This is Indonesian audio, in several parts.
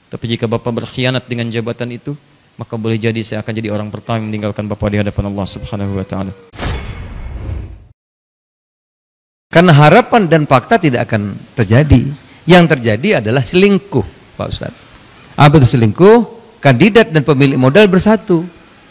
Tapi jika Bapak berkhianat dengan jabatan itu, maka boleh jadi saya akan jadi orang pertama yang meninggalkan Bapak di hadapan Allah Subhanahu wa taala. Karena harapan dan fakta tidak akan terjadi. Yang terjadi adalah selingkuh, Pak Ustadz. Apa itu selingkuh? Kandidat dan pemilik modal bersatu.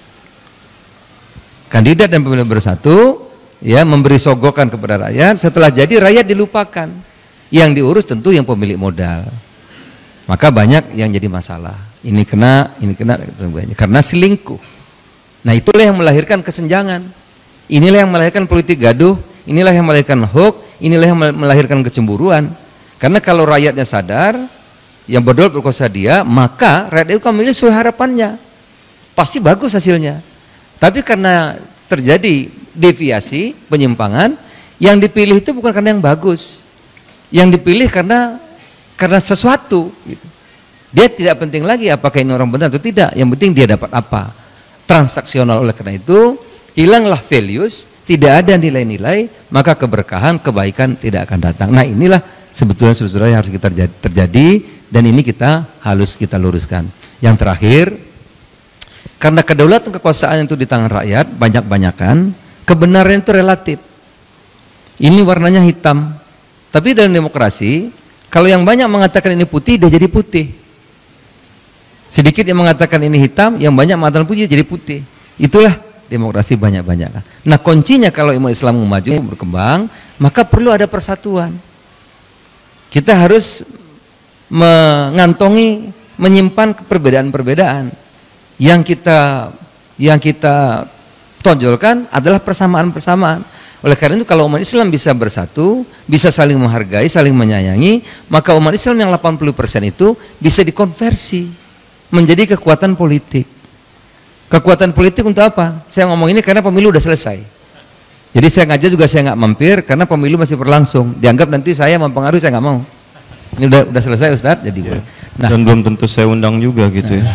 Kandidat dan pemilik bersatu, ya, memberi sogokan kepada rakyat. Setelah jadi, rakyat dilupakan. Yang diurus tentu yang pemilik modal. Maka banyak yang jadi masalah. Ini kena, karena selingkuh. Nah, itulah yang melahirkan kesenjangan. Inilah yang melahirkan politik gaduh. Inilah yang melahirkan hoax. Inilah yang melahirkan kecemburuan. Karena kalau rakyatnya sadar, yang bodoh berkuasa dia, maka rakyat itu akan memilih sesuai harapannya. Pasti bagus hasilnya. Tapi karena terjadi deviasi, penyimpangan, yang dipilih itu bukan karena yang bagus. Yang dipilih karena sesuatu gitu. Dia tidak penting lagi apakah ini orang benar atau tidak, yang penting dia dapat apa, transaksional. Oleh karena itu hilanglah values, tidak ada nilai-nilai, maka keberkahan, kebaikan tidak akan datang. Nah, inilah sebetulnya saudara yang harus kita terjadi, dan ini harus kita luruskan. Yang terakhir, karena kedaulatan kekuasaan itu di tangan rakyat, banyak-banyakan, kebenaran itu relatif. Ini warnanya hitam. Tapi dalam demokrasi, kalau yang banyak mengatakan ini putih, dia jadi putih. Sedikit yang mengatakan ini hitam, yang banyak mengatakan putih, jadi putih. Itulah demokrasi banyak-banyak. Nah, kuncinya kalau umat Islam mau maju, berkembang, maka perlu ada persatuan. Kita harus mengantongi, menyimpan perbedaan-perbedaan. Yang kita tonjolkan adalah persamaan-persamaan. Oleh karena itu kalau umat Islam bisa bersatu, bisa saling menghargai, saling menyayangi, maka umat Islam yang 80% itu bisa dikonversi menjadi kekuatan politik. Kekuatan politik untuk apa? Saya ngomong ini karena pemilu udah selesai. Jadi saya ngajar juga saya nggak mampir karena pemilu masih berlangsung. Dianggap nanti saya mempengaruhi, saya nggak mau. Ini udah selesai Ustadz, jadi ya. Nah, dan belum tentu saya undang juga gitu ya.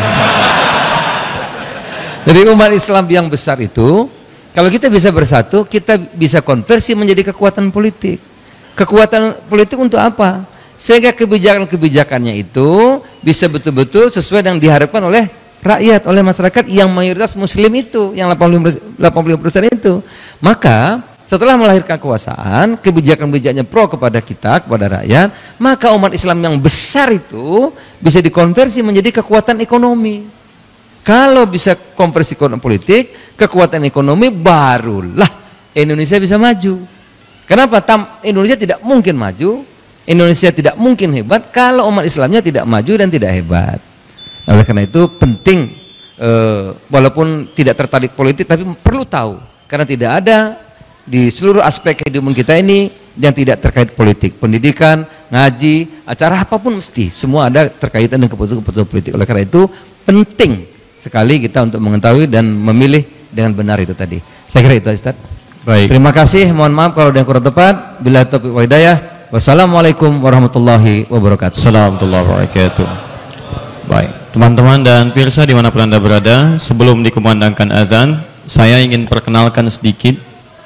Jadi umat Islam yang besar itu, kalau kita bisa bersatu, kita bisa konversi menjadi kekuatan politik. Kekuatan politik untuk apa? Sehingga kebijakan-kebijakannya itu bisa betul-betul sesuai dengan diharapkan oleh rakyat, oleh masyarakat yang mayoritas muslim itu, yang 85% itu. Maka setelah melahirkan kekuasaan, kebijakan-kebijakannya pro kepada kita, kepada rakyat, maka umat Islam yang besar itu bisa dikonversi menjadi kekuatan ekonomi. Kalau bisa konversi politik, kekuatan ekonomi, barulah Indonesia bisa maju. Kenapa? Indonesia tidak mungkin maju, Indonesia tidak mungkin hebat kalau umat Islamnya tidak maju dan tidak hebat. Oleh karena itu penting, walaupun tidak tertarik politik, tapi perlu tahu. Karena tidak ada di seluruh aspek kehidupan kita ini yang tidak terkait politik. Pendidikan, ngaji, acara apapun mesti, semua ada terkaitan dengan keputusan-keputusan politik. Oleh karena itu penting sekali kita untuk mengetahui dan memilih dengan benar itu tadi. Saya kira itu Ustaz. Baik. Terima kasih, mohon maaf kalau ada yang kurang tepat. Bila taufiq wal hidayah. Wassalamualaikum warahmatullahi wabarakatuh. Assalamualaikum warahmatullahi wabarakatuh. Baik, teman-teman dan pemirsa dimanapun Anda berada, sebelum dikumandangkan azan, saya ingin perkenalkan sedikit.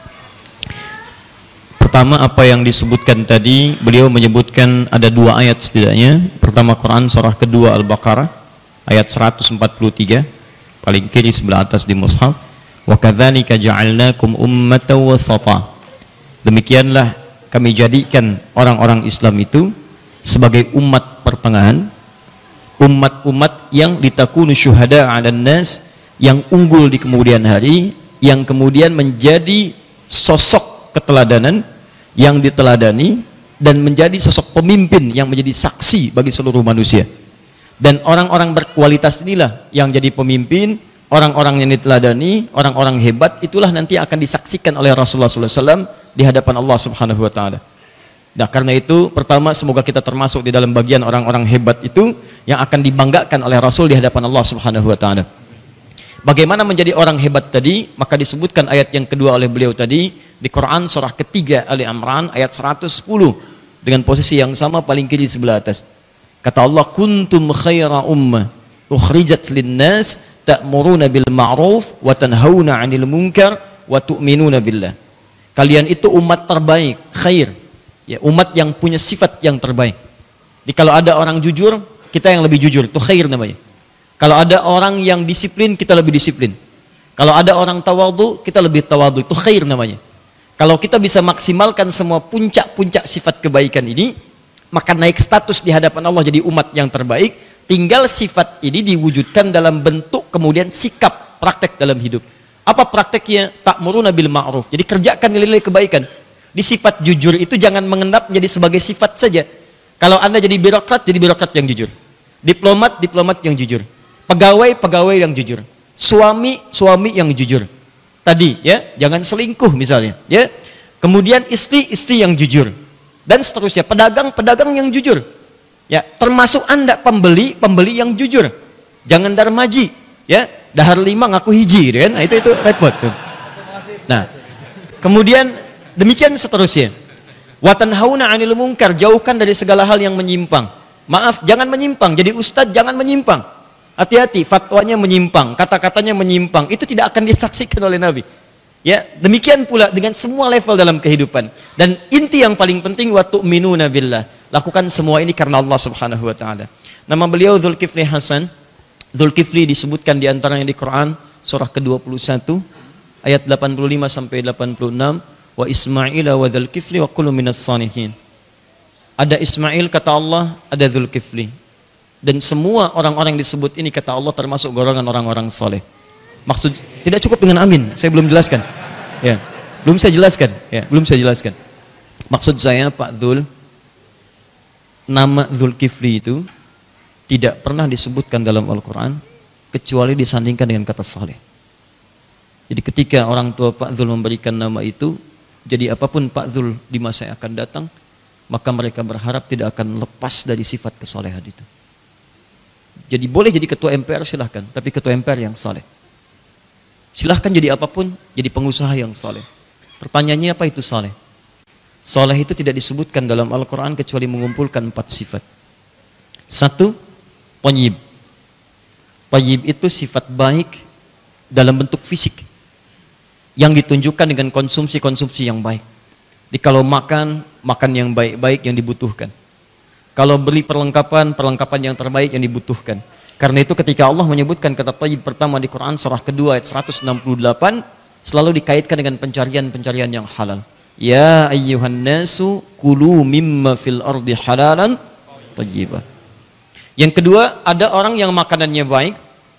Pertama, apa yang disebutkan tadi, beliau menyebutkan ada 2 ayat setidaknya. Pertama Quran surah kedua Al-Baqarah ayat 143, paling kiri sebelah atas di mushaf. Wa kadzalika ja'alnakum ummatan wasata. Demikianlah kami jadikan orang-orang Islam itu sebagai umat pertengahan, umat-umat yang litakunu syuhada 'alan nas, yang unggul di kemudian hari, yang kemudian menjadi sosok keteladanan yang diteladani, dan menjadi sosok pemimpin yang menjadi saksi bagi seluruh manusia. Dan orang-orang berkualitas inilah yang jadi pemimpin, orang-orang yang diteladani, orang-orang hebat, itulah nanti akan disaksikan oleh Rasulullah SAW di hadapan Allah Subhanahu Wa Taala. Nah, karena itu pertama semoga kita termasuk di dalam bagian orang-orang hebat itu yang akan dibanggakan oleh Rasul di hadapan Allah Subhanahu Wa Taala. Bagaimana menjadi orang hebat tadi? Maka disebutkan ayat yang kedua oleh beliau tadi di Quran surah ketiga Ali Imran ayat 110 dengan posisi yang sama paling kiri sebelah atas. Kata Allah, kuntum khaira ummah ukhrijat linnas ta'muruna bil ma'ruf wa tanhauna 'anil munkar wa tu'minuna billah. Kalian itu umat terbaik, khair. Ya, umat yang punya sifat yang terbaik. Jadi kalau ada orang jujur, kita yang lebih jujur, itu khair namanya. Kalau ada orang yang disiplin, kita lebih disiplin. Kalau ada orang tawadhu, kita lebih tawadhu, itu khair namanya. Kalau kita bisa maksimalkan semua puncak-puncak sifat kebaikan ini, maka naik status di hadapan Allah jadi umat yang terbaik. Tinggal sifat ini diwujudkan dalam bentuk kemudian sikap praktek dalam hidup. Apa prakteknya? Ta'muruna bil ma'ruf. Jadi kerjakan nilai-nilai kebaikan. Di sifat jujur itu jangan mengendap menjadi sebagai sifat saja. Kalau Anda jadi birokrat yang jujur. Diplomat yang jujur. Pegawai yang jujur. Suami yang jujur. Tadi ya, jangan selingkuh misalnya, ya. Kemudian istri yang jujur. Dan seterusnya, pedagang yang jujur. Ya, termasuk Anda pembeli yang jujur. Jangan darmaji, ya. Dahar 5 ngaku hiji, kan? Nah, itu repot. Nah, kemudian demikian seterusnya. Wa tanhauna 'anil munkar, jauhkan dari segala hal yang menyimpang. Maaf, jangan menyimpang. Jadi ustadz jangan menyimpang. Hati-hati, fatwanya menyimpang, kata-katanya menyimpang. Itu tidak akan disaksikan oleh Nabi. Ya, demikian pula dengan semua level dalam kehidupan. Dan inti yang paling penting, wa tu'minuna billah. Lakukan semua ini karena Allah Subhanahu wa taala. Nama beliau Dzulkifli Hasan. Dzulkifli disebutkan di antaranya di Quran surah ke-21 ayat 85 sampai 86, wa Ismail wa Dzulkifli wa kullu minas salihin. Ada Ismail kata Allah, ada Dzulkifli. Dan semua orang-orang yang disebut ini kata Allah termasuk golongan orang-orang soleh. Maksud tidak cukup dengan amin, saya belum jelaskan. Ya, belum saya jelaskan. Maksud saya Pak Dzul, nama Dzulkifli itu tidak pernah disebutkan dalam Al-Quran kecuali disandingkan dengan kata saleh. Jadi ketika orang tua Pak Dzul memberikan nama itu, jadi apapun Pak Dzul di masa yang akan datang, maka mereka berharap tidak akan lepas dari sifat kesolehan itu. Jadi boleh jadi ketua MPR silahkan, tapi ketua MPR yang saleh. Silahkan jadi apapun, jadi pengusaha yang saleh. Pertanyaannya apa itu saleh? Saleh itu tidak disebutkan dalam Al-Quran kecuali mengumpulkan 4 sifat. 1, thayyib. Thayyib itu sifat baik dalam bentuk fisik yang ditunjukkan dengan konsumsi-konsumsi yang baik. Jadi kalau makan yang baik-baik yang dibutuhkan. Kalau beli perlengkapan yang terbaik yang dibutuhkan. Karena itu ketika Allah menyebutkan kata thayyib pertama di Quran surah kedua ayat 168 selalu dikaitkan dengan pencarian yang halal. Ya ayyuhan nasu kulu mimma fil ardi halalan thayyibah. Yang kedua, ada orang yang makanannya baik,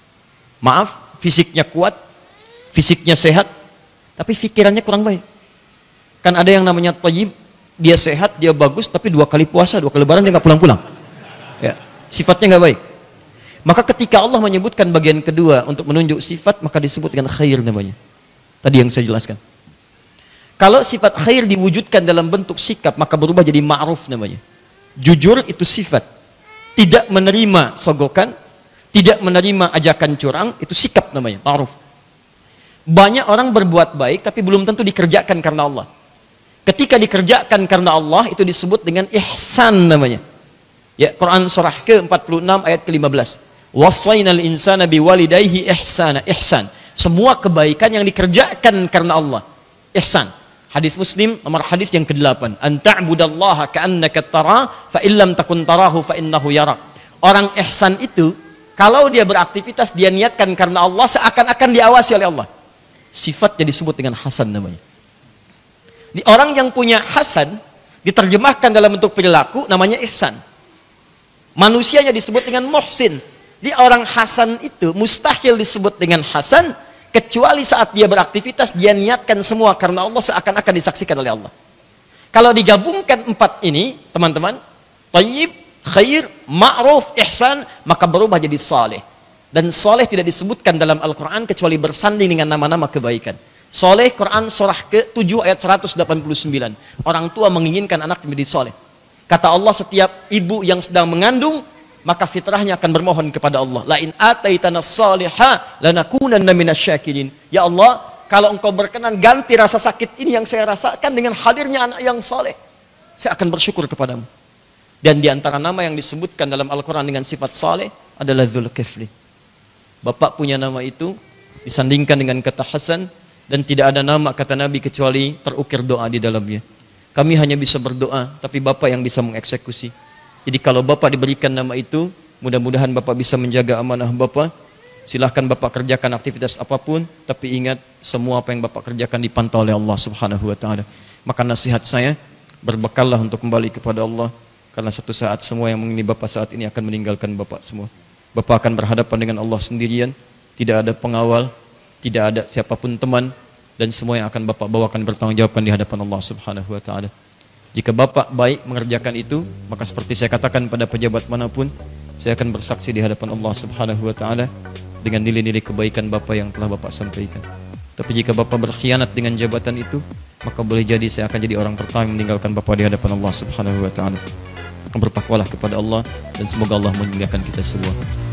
maaf, fisiknya kuat, fisiknya sehat, tapi pikirannya kurang baik. Kan ada yang namanya thayyib, dia sehat, dia bagus, tapi 2 kali puasa, 2 kali lebaran dia nggak pulang-pulang. Ya, sifatnya nggak baik. Maka ketika Allah menyebutkan bagian kedua untuk menunjuk sifat, maka disebut dengan khair namanya. Tadi yang saya jelaskan. Kalau sifat khair diwujudkan dalam bentuk sikap, maka berubah jadi ma'ruf namanya. Jujur itu sifat. Tidak menerima sogokan, tidak menerima ajakan curang, itu sikap namanya, ma'ruf. Banyak orang berbuat baik, tapi belum tentu dikerjakan karena Allah. Ketika dikerjakan karena Allah, itu disebut dengan ihsan namanya. Ya, Quran surah ke-46 ayat ke-15. Wassaynal insana biwalidayhi ihsana. Ihsan. Semua kebaikan yang dikerjakan karena Allah. Ihsan. Hadis Muslim nomor hadis yang ke-8. An ta'budallaha ka'annaka tara fa illam takun tarahu fa innahu yarak. Orang ihsan itu kalau dia beraktivitas dia niatkan karena Allah seakan-akan diawasi oleh Allah. Sifatnya disebut dengan hasan namanya. Di orang yang punya hasan diterjemahkan dalam bentuk perilaku namanya ihsan. Manusianya disebut dengan muhsin. Di orang hasan itu mustahil disebut dengan hasan kecuali saat dia beraktivitas dia niatkan semua karena Allah seakan-akan disaksikan oleh Allah. Kalau digabungkan 4 ini, teman-teman, thayyib, khair, ma'ruf, ihsan, maka berubah jadi saleh. Dan saleh tidak disebutkan dalam Al-Quran kecuali bersanding dengan nama-nama kebaikan. Soleh, Quran surah ke-7 ayat 189. Orang tua menginginkan anak menjadi soleh. Kata Allah, setiap ibu yang sedang mengandung, maka fitrahnya akan bermohon kepada Allah. La in ataitana salihah lanakunanna minasyakirin. Ya Allah, kalau engkau berkenan ganti rasa sakit ini yang saya rasakan dengan hadirnya anak yang soleh, saya akan bersyukur kepadamu. Dan di antara nama yang disebutkan dalam Al-Quran dengan sifat saleh adalah Dzulkifli. Bapak punya nama itu disandingkan dengan kata Hasan. Dan tidak ada nama kata Nabi kecuali terukir doa di dalamnya. Kami hanya bisa berdoa, tapi Bapak yang bisa mengeksekusi. Jadi kalau Bapak diberikan nama itu, Mudah-mudahan Bapak bisa menjaga amanah Bapak. Silahkan Bapak kerjakan aktivitas apapun, tapi ingat semua apa yang Bapak kerjakan dipantau oleh Allah Subhanahu wa taala. Maka nasihat saya, berbekallah untuk kembali kepada Allah, karena satu saat semua yang mengini Bapak saat ini akan meninggalkan Bapak semua. Bapak akan berhadapan dengan Allah sendirian, tidak ada pengawal, tidak ada siapapun teman, dan semua yang akan Bapak bawakan bertanggung jawabkan di hadapan Allah Subhanahu wa taala. Jika Bapak baik mengerjakan itu, maka seperti saya katakan pada pejabat manapun, saya akan bersaksi di hadapan Allah Subhanahu wa taala dengan nilai-nilai kebaikan Bapak yang telah Bapak sampaikan. Tapi jika Bapak berkhianat dengan jabatan itu, maka boleh jadi saya akan jadi orang pertama yang meninggalkan Bapak di hadapan Allah Subhanahu wa taala. Bertakwalah kepada Allah dan semoga Allah memuliakan kita semua.